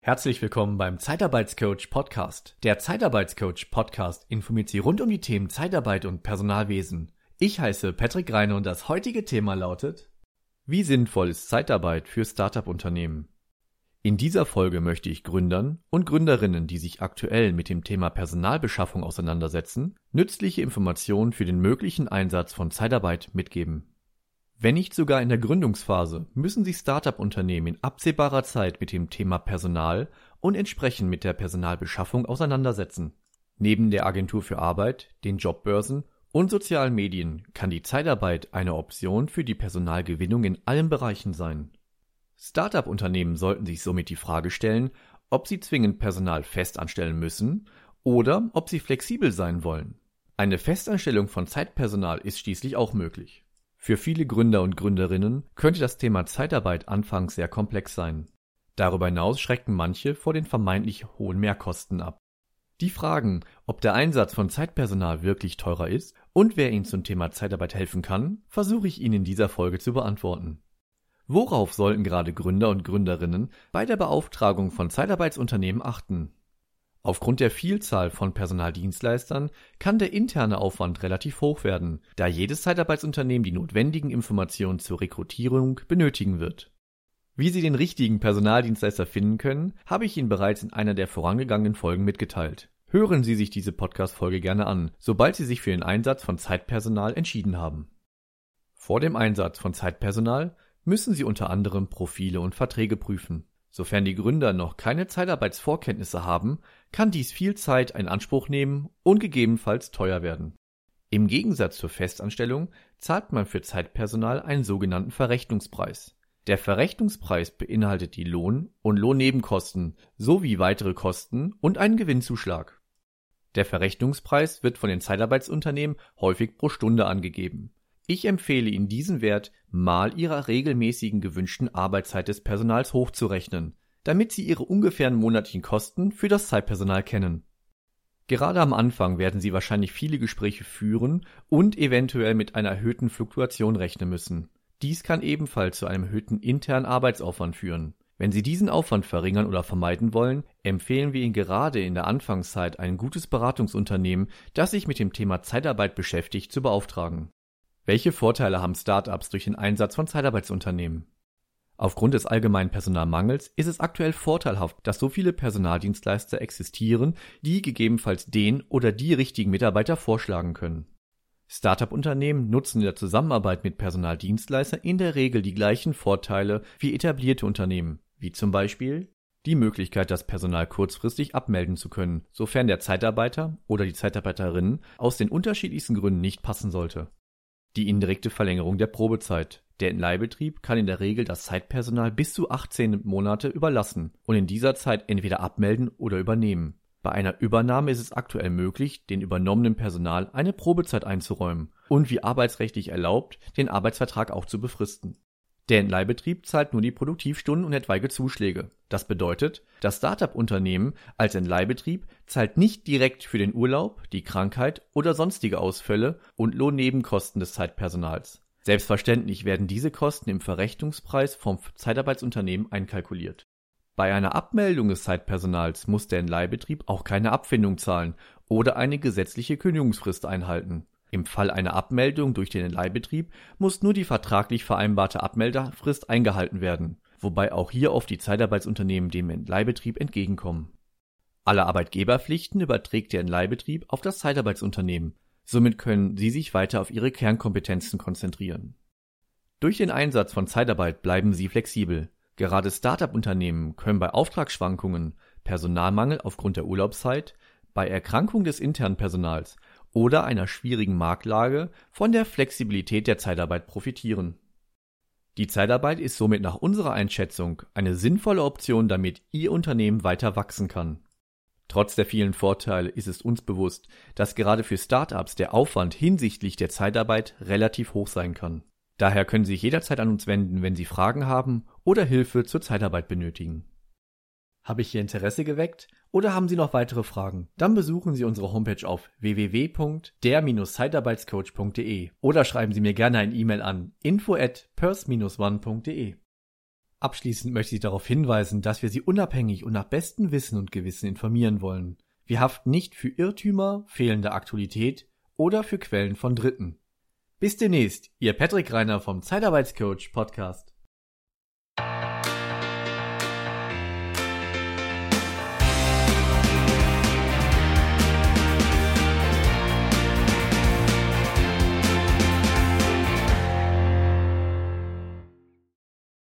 Herzlich willkommen beim Zeitarbeitscoach Podcast. Der Zeitarbeitscoach Podcast informiert Sie rund um die Themen Zeitarbeit und Personalwesen. Ich heiße Patrick Reine und das heutige Thema lautet: Wie sinnvoll ist Zeitarbeit für Startup-Unternehmen? In dieser Folge möchte ich Gründern und Gründerinnen, die sich aktuell mit dem Thema Personalbeschaffung auseinandersetzen, nützliche Informationen für den möglichen Einsatz von Zeitarbeit mitgeben. Wenn nicht sogar in der Gründungsphase, müssen sich Startup-Unternehmen in absehbarer Zeit mit dem Thema Personal und entsprechend mit der Personalbeschaffung auseinandersetzen. Neben der Agentur für Arbeit, den Jobbörsen und sozialen Medien kann die Zeitarbeit eine Option für die Personalgewinnung in allen Bereichen sein. Startup-Unternehmen sollten sich somit die Frage stellen, ob sie zwingend Personal fest anstellen müssen oder ob sie flexibel sein wollen. Eine Festanstellung von Zeitpersonal ist schließlich auch möglich. Für viele Gründer und Gründerinnen könnte das Thema Zeitarbeit anfangs sehr komplex sein. Darüber hinaus schrecken manche vor den vermeintlich hohen Mehrkosten ab. Die Fragen, ob der Einsatz von Zeitpersonal wirklich teurer ist und wer Ihnen zum Thema Zeitarbeit helfen kann, versuche ich Ihnen in dieser Folge zu beantworten. Worauf sollten gerade Gründer und Gründerinnen bei der Beauftragung von Zeitarbeitsunternehmen achten? Aufgrund der Vielzahl von Personaldienstleistern kann der interne Aufwand relativ hoch werden, da jedes Zeitarbeitsunternehmen die notwendigen Informationen zur Rekrutierung benötigen wird. Wie Sie den richtigen Personaldienstleister finden können, habe ich Ihnen bereits in einer der vorangegangenen Folgen mitgeteilt. Hören Sie sich diese Podcast-Folge gerne an, sobald Sie sich für den Einsatz von Zeitpersonal entschieden haben. Vor dem Einsatz von Zeitpersonal müssen Sie unter anderem Profile und Verträge prüfen. Sofern die Gründer noch keine Zeitarbeitsvorkenntnisse haben, kann dies viel Zeit in Anspruch nehmen und gegebenenfalls teuer werden. Im Gegensatz zur Festanstellung zahlt man für Zeitpersonal einen sogenannten Verrechnungspreis. Der Verrechnungspreis beinhaltet die Lohn- und Lohnnebenkosten sowie weitere Kosten und einen Gewinnzuschlag. Der Verrechnungspreis wird von den Zeitarbeitsunternehmen häufig pro Stunde angegeben. Ich empfehle Ihnen diesen Wert mal Ihrer regelmäßigen gewünschten Arbeitszeit des Personals hochzurechnen, damit Sie Ihre ungefähren monatlichen Kosten für das Zeitpersonal kennen. Gerade am Anfang werden Sie wahrscheinlich viele Gespräche führen und eventuell mit einer erhöhten Fluktuation rechnen müssen. Dies kann ebenfalls zu einem erhöhten internen Arbeitsaufwand führen. Wenn Sie diesen Aufwand verringern oder vermeiden wollen, empfehlen wir Ihnen gerade in der Anfangszeit ein gutes Beratungsunternehmen, das sich mit dem Thema Zeitarbeit beschäftigt, zu beauftragen. Welche Vorteile haben Startups durch den Einsatz von Zeitarbeitsunternehmen? Aufgrund des allgemeinen Personalmangels ist es aktuell vorteilhaft, dass so viele Personaldienstleister existieren, die gegebenenfalls den oder die richtigen Mitarbeiter vorschlagen können. Startup-Unternehmen nutzen in der Zusammenarbeit mit Personaldienstleistern in der Regel die gleichen Vorteile wie etablierte Unternehmen, wie zum Beispiel die Möglichkeit, das Personal kurzfristig abmelden zu können, sofern der Zeitarbeiter oder die Zeitarbeiterin aus den unterschiedlichsten Gründen nicht passen sollte. Die indirekte Verlängerung der Probezeit. Der Leihbetrieb kann in der Regel das Zeitpersonal bis zu 18 Monate überlassen und in dieser Zeit entweder abmelden oder übernehmen. Bei einer Übernahme ist es aktuell möglich, den übernommenen Personal eine Probezeit einzuräumen und wie arbeitsrechtlich erlaubt, den Arbeitsvertrag auch zu befristen. Der Entleihbetrieb zahlt nur die Produktivstunden und etwaige Zuschläge. Das bedeutet, das Startup-Unternehmen als Entleihbetrieb zahlt nicht direkt für den Urlaub, die Krankheit oder sonstige Ausfälle und Lohnnebenkosten des Zeitpersonals. Selbstverständlich werden diese Kosten im Verrechnungspreis vom Zeitarbeitsunternehmen einkalkuliert. Bei einer Abmeldung des Zeitpersonals muss der Entleihbetrieb auch keine Abfindung zahlen oder eine gesetzliche Kündigungsfrist einhalten. Im Fall einer Abmeldung durch den Entleihbetrieb muss nur die vertraglich vereinbarte Abmeldefrist eingehalten werden, wobei auch hier oft die Zeitarbeitsunternehmen dem Entleihbetrieb entgegenkommen. Alle Arbeitgeberpflichten überträgt der Entleihbetrieb auf das Zeitarbeitsunternehmen, somit können sie sich weiter auf ihre Kernkompetenzen konzentrieren. Durch den Einsatz von Zeitarbeit bleiben sie flexibel. Gerade Startup-Unternehmen können bei Auftragsschwankungen, Personalmangel aufgrund der Urlaubszeit, bei Erkrankung des internen Personals oder einer schwierigen Marktlage von der Flexibilität der Zeitarbeit profitieren. Die Zeitarbeit ist somit nach unserer Einschätzung eine sinnvolle Option, damit Ihr Unternehmen weiter wachsen kann. Trotz der vielen Vorteile ist es uns bewusst, dass gerade für Startups der Aufwand hinsichtlich der Zeitarbeit relativ hoch sein kann. Daher können Sie sich jederzeit an uns wenden, wenn Sie Fragen haben oder Hilfe zur Zeitarbeit benötigen. Habe ich Ihr Interesse geweckt oder haben Sie noch weitere Fragen? Dann besuchen Sie unsere Homepage auf www.der-zeitarbeitscoach.de oder schreiben Sie mir gerne eine E-Mail an info@pers-one.de. Abschließend möchte ich darauf hinweisen, dass wir Sie unabhängig und nach bestem Wissen und Gewissen informieren wollen. Wir haften nicht für Irrtümer, fehlende Aktualität oder für Quellen von Dritten. Bis demnächst, Ihr Patrick Greiner vom Zeitarbeitscoach Podcast.